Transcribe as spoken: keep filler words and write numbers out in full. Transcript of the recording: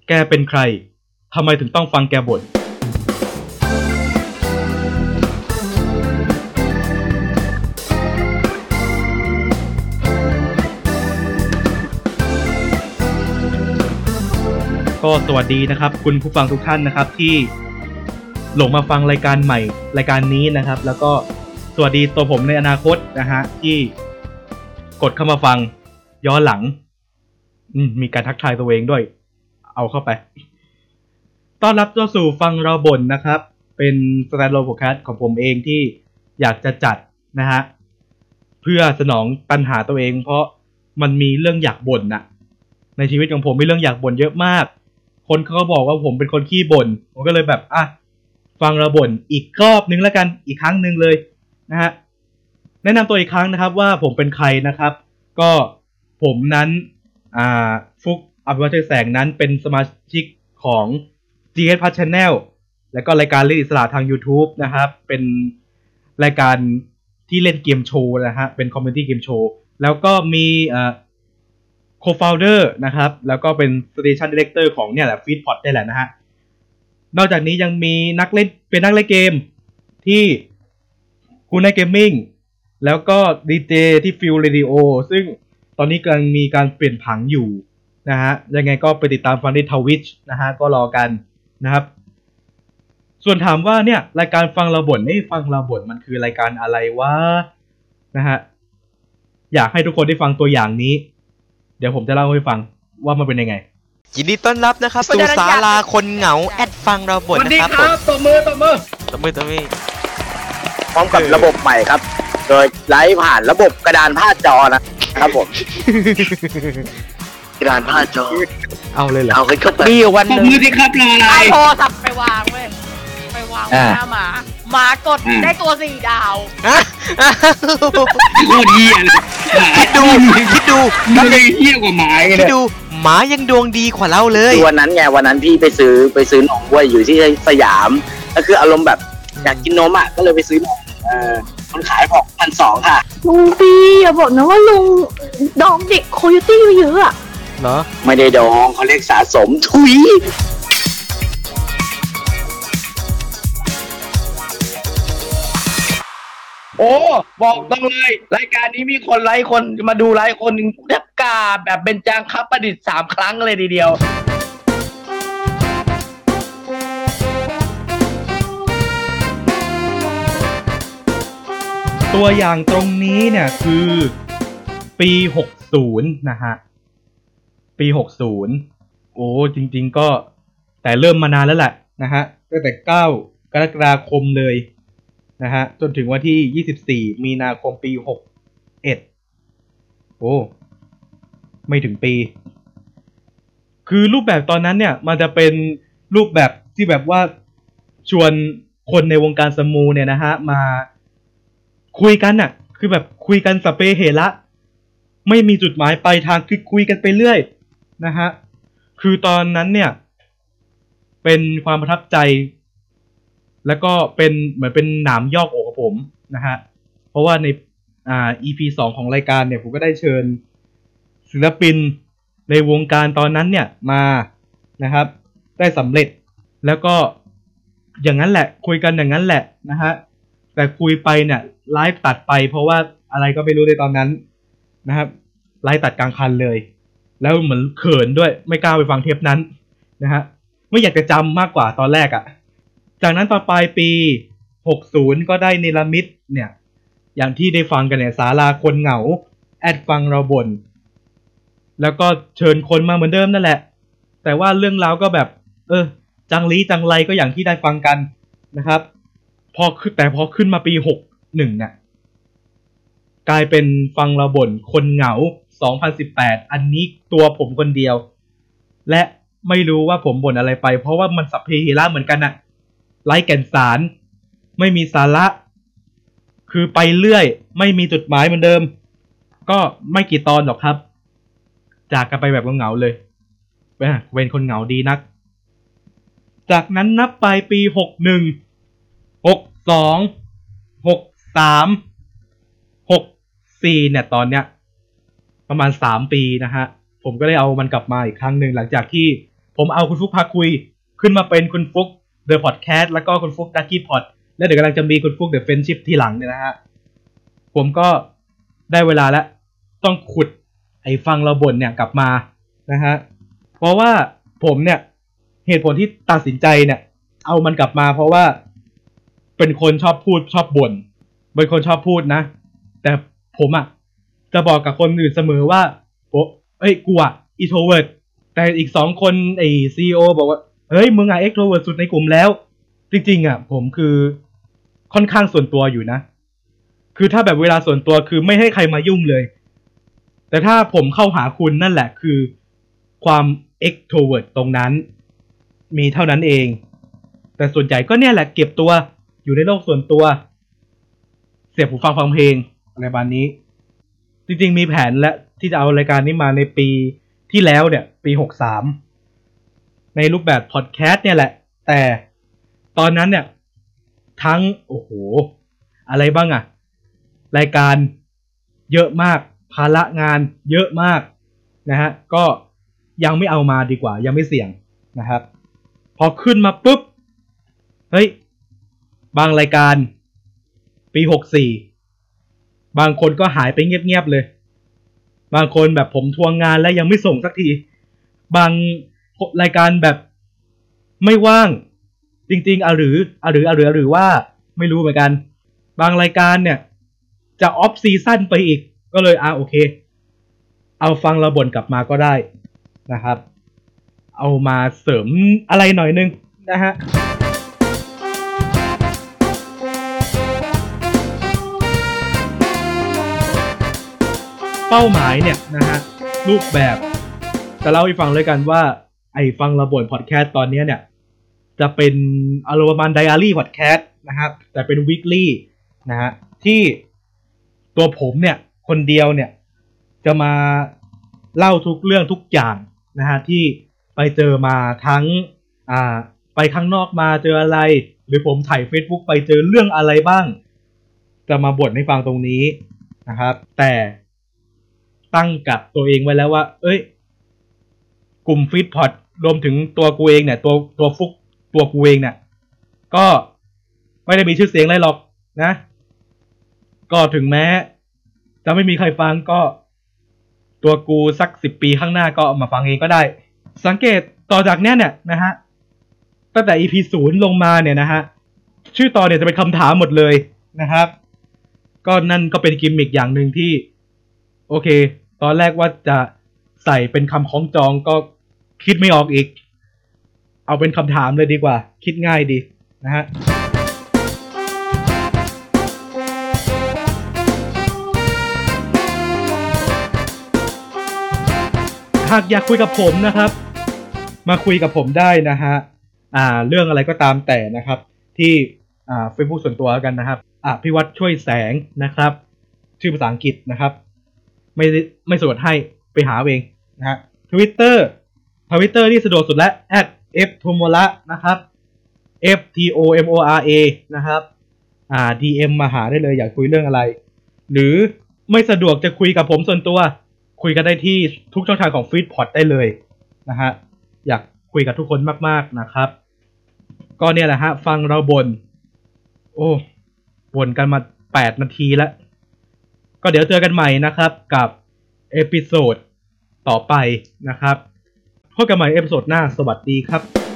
แกเป็นใครทำไมถึงต้องฟังแกบ่นก็สวัสดีนะครับคุณผู้ฟังทุกท่านนะครับที่หลงมาฟังรายการใหม่รายการนี้นะครับแล้วก็สวัสดีตัวผมในอนาคตนะฮะที่กดเข้ามาฟังย้อนหลังมีการทักทายตัวเองด้วยเอาเข้าไปต้อนรับเข้าสู่ฟังเราบ่นนะครับเป็นสแตนด์อะโลนพอดแคสต์ของผมเองที่อยากจะจัดนะฮะเพื่อสนองปัญหาตัวเองเพราะมันมีเรื่องอยากบ่นน่ะในชีวิตของผมมีเรื่องอยากบ่นเยอะมากคนเขาก็บอกว่าผมเป็นคนขี้บ่นผมก็เลยแบบอ่ะฟังเราบ่นอีกรอบนึงแล้วกันอีกครั้งนึงเลยนะฮะแนะนำตัวอีกครั้งนะครับว่าผมเป็นใครนะครับก็ผมนั้นอ่าฟุกอภิวัตแสงนั้นเป็นสมาชิกของ จี เอส Plus Channel แล้วก็รายการเล่นอิสระทาง YouTube นะครับเป็นรายการที่เล่นเกมโชว์นะฮะเป็นคอมมูนิตี้เกมโชว์แล้วก็มีอ่าco-founder นะครับแล้วก็เป็น station director ของเนี่ยแหละ Feedpot ได้แหละนะฮะนอกจากนี้ยังมีนักเล่นเป็นนักเล่นเกมที่คุณในเกมมิ่งแล้วก็ดีเจที่ Feel Radio ซึ่งตอนนี้กำลังมีการเปลี่ยนผังอยู่นะฮะยังไงก็ไปติดตามฟังที่ Twitch นะฮะก็รอกันนะครับส่วนถามว่าเนี่ยรายการฟังเราบ่นเอ้ยฟังเราบ่นมันคือรายการอะไรวะนะฮะอยากให้ทุกคนได้ฟังตัวอย่างนี้เดี๋ยวผมจะเล่าให้ฟังว่ามันเป็นยังไงยินดีต้อนรับนะครับสู่ศาลาคนเหงาแอดฟังเราบ่นนะครับผมตบมือตบมือตบมือตบมือพร้อมกับระบบใหม่ครับโดยไลฟ์ผ่านระบบกระดานผ้าจอนะครับผมกระดานผ้าจอเอาเลยเหรอเอาขึ้นเข้าไปมีวันนึงมือสิครับรออะไรไอโทรศัพท์ไปวางเว้ยไปวางหน้าหมาหมากดได้ตัวสี่ดาวโคตรเหี้ยเลยคิดดูคิดดูมันเลยเหี้ยกว่าหมาเลยคิดดูหมายังดวงดีกว่าเราเลยวันนั้นไงวันนั้นพี่ไปซื้อไปซื้อนมเว้ยอยู่ที่สยามก็คืออารมณ์แบบอยากกินนมอ่ะก็เลยไปซื้อนมเออคนขายบอกพันสองค่ะลุงปีอย่าบอกนะว่าลุงดองเด็กโคโยตี้เยอะอ่ะเหรอไม่ได้ดองเขาเรียกสะสมทุยโอ้บอกต้องเลยรายการนี้มีคนไลค์คนมาดูไลค์คนหนึ่งแทบกาแบบเป็นจางคับประดิษฐ์สามครั้งเลยทีเดียวตัวอย่างตรงนี้เนี่ยคือปีหกสิบนะฮะปีหกสิบโอ้จริงๆก็แต่เริ่มมานานแล้วแหละนะฮะตั้งแต่เก้ากรกฎาคมเลยนะฮะจนถึงวันที่ยี่สิบสี่มีนาคมปีหกสิบเอ็ดโอ้ไม่ถึงปีคือรูปแบบตอนนั้นเนี่ยมันจะเป็นรูปแบบที่แบบว่าชวนคนในวงการสมูเนี่ยนะฮะมาคุยกันน่ะคือแบบคุยกันสเปเฮระไม่มีจุดหมายปลายทางคือคุยกันไปเรื่อยนะฮะคือตอนนั้นเนี่ยเป็นความประทับใจแล้วก็เป็นเหมือนเป็นหนามยอกอกกับผมนะฮะเพราะว่าในอ่า อี พี สองของรายการเนี่ยผมก็ได้เชิญศิลปินในวงการตอนนั้นเนี่ยมานะครับได้สำเร็จแล้วก็อย่างนั้นแหละคุยกันอย่างนั้นแหละนะฮะแต่คุยไปเนี่ยไลฟ์ตัดไปเพราะว่าอะไรก็ไม่รู้ในตอนนั้นนะครับไลฟ์ตัดกลางคันเลยแล้วเหมือนเขินด้วยไม่กล้าไปฟังเทปนั้นนะฮะไม่อยากจะจำมากกว่าตอนแรกอะจากนั้นต่อปลายปีหกสิบก็ได้เนรมิตเนี่ยอย่างที่ได้ฟังกันเนี่ยศาลาคนเหงาแอดฟังเราบ่นแล้วก็เชิญคนมาเหมือนเดิมนั่นแหละแต่ว่าเรื่องราวก็แบบเออจังลีจังไรก็อย่างที่ได้ฟังกันนะครับพอขึ้นแต่พอขึ้นมาปีหกสิบเอ็ดเนี่ยกลายเป็นฟังเราบ่นคนเหงาสองพันสิบแปดอันนี้ตัวผมคนเดียวและไม่รู้ว่าผมบ่นอะไรไปเพราะว่ามันสัพเพเหระเหมือนกันน่ะไร้แก่นสารไม่มีสาระคือไปเรื่อยไม่มีจุดหมายเหมือนเดิมก็ไม่กี่ตอนหรอกครับจากกันไปแบบเหงาๆเลยเป็นคนเหงาดีนักจากนั้นนับไปปีหกสิบเอ็ด หกสิบสอง หกสิบสาม หกสิบสี่เนี่ยตอนเนี้ยประมาณสามปีนะฮะผมก็ได้เอามันกลับมาอีกครั้งหนึ่งหลังจากที่ผมเอาคุณฟุกพาคุยขึ้นมาเป็นคุณฟุกเดอะพอดแคสต์แล้วก็คุณฟุกดักกี้พอดแล้วเดี๋ยวกำลังจะมีคุณฟุกเดอะเฟรนชิพทีหลังเนี่ยนะฮะผมก็ได้เวลาแล้วต้องขุดไอ้ฟังเราบ่นเนี่ยกลับมานะฮะเพราะว่าผมเนี่ยเหตุผลที่ตัดสินใจเนี่ยเอามันกลับมาเพราะว่าเป็นคนชอบพูดชอบบ่นเป็นคนชอบพูดนะแต่ผมอ่ะจะบอกกับคนอื่นเสมอว่าโอ้เอ้ยกูอ่ะอินโทรเวิร์ตแต่อีกสองคนไอ้ซีอีโอบอกว่าเฮ้ยมึงอ่ะเอ็กโทรเวิร์ตสุดในกลุ่มแล้วจริงๆอ่ะผมคือค่อนข้างส่วนตัวอยู่นะคือถ้าแบบเวลาส่วนตัวคือไม่ให้ใครมายุ่งเลยแต่ถ้าผมเข้าหาคุณนั่นแหละคือความ extrovert ตรงนั้นมีเท่านั้นเองแต่ส่วนใหญ่ก็เนี่ยแหละเก็บตัวอยู่ในโลกส่วนตัวเสียบหูฟังฟังเพลงอะไรประมาณนี้จริงๆมีแผนและที่จะเอารายการนี้มาในปีที่แล้วเนี่ยปีหกสามในรูปแบบพอดแคสต์เนี่ยแหละแต่ตอนนั้นเนี่ยทั้งโอ้โหอะไรบ้างอะรายการเยอะมากภาระงานเยอะมากนะฮะก็ยังไม่เอามาดีกว่ายังไม่เสี่ยงนะครับพอขึ้นมาปุ๊บเฮ้ยบางรายการปีหกสี่บางคนก็หายไปเงียบๆเลยบางคนแบบผมทวงงานแล้วยังไม่ส่งสักทีบางรายการแบบไม่ว่างจริงๆอ่ะหรืออ่ะหรืออ่ะหรือหรือว่าไม่รู้เหมือนกันบางรายการเนี่ยจะออฟซีซั่นไปอีกก็เลยอ่ะโอเคเอาฟังเราบ่นกลับมาก็ได้นะครับเอามาเสริมอะไรหน่อยนึงนะฮะเป้าหมายเนี่ยนะฮะรูปแบบจะเล่าให้ฟังเลยกันว่าไอ้ฟังเราบ่นพอดแคสต์ตอนนี้เนี่ยจะเป็นอารมณ์ประมาณไดอารี่พอดแคสต์นะครับแต่เป็นวีคลี่นะฮะที่ตัวผมเนี่ยคนเดียวเนี่ยจะมาเล่าทุกเรื่องทุกอย่างนะฮะที่ไปเจอมาทั้งอ่าไปข้างนอกมาเจออะไรหรือผมถ่าย Facebook ไปเจอเรื่องอะไรบ้างจะมาบ่นให้ฟังตรงนี้นะครับแต่ตั้งกับตัวเองไว้แล้วว่าเอ้ยกลุ่มฟีดพอดรวมถึงตัวกูเองเนี่ยตัวตัวฟุกตัวกูเองเนี่ยก็ไม่ได้มีชื่อเสียงอะไรหรอกนะก็ถึงแม้จะไม่มีใครฟังก็ตัวกูสักสิบปีข้างหน้าก็มาฟังเองก็ได้สังเกตต่อจากเนี้ยเนี่ยนะฮะตั้งแต่ อี พี ศูนย์ลงมาเนี่ยนะฮะชื่อตอนเนี่ยจะเป็นคำถามหมดเลยนะครับก็นั่นก็เป็นกิมมิคอย่างหนึ่งที่โอเคตอนแรกว่าจะใส่เป็นคำคล้องจองก็คิดไม่ออกอีกเอาเป็นคำถามเลยดีกว่าคิดง่ายดีนะฮะหากอยากคุยกับผมนะครับมาคุยกับผมได้นะฮะอ่าเรื่องอะไรก็ตามแต่นะครับที่อ่า Facebook ส่วนตัวกันนะครับอ่ะพี่วัดช่วยแสงนะครับชื่อภาษาอังกฤษนะครับไม่ไม่สะดวกให้ไปหาเองนะฮะ Twitter Twitter นี่สะดวกสุดแล้ว แอท เอฟ โทโมระ นะครับ F T O M O R A นะครับอ่า ดี เอ็ม มาหาได้เลยอยากคุยเรื่องอะไรหรือไม่สะดวกจะคุยกับผมส่วนตัวคุยกันได้ที่ทุกช่องทางของ Feedpot ได้เลยนะฮะอยากคุยกับทุกคนมากๆนะครับก็เนี่ยแหละฮะฟังเราบ่นโอ้บ่นกันมาแปดนาทีแล้วก็เดี๋ยวเจอกันใหม่นะครับกับเอพิโซดต่อไปนะครับพบกันใหม่เอพิโซดหน้าสวัสดีครับ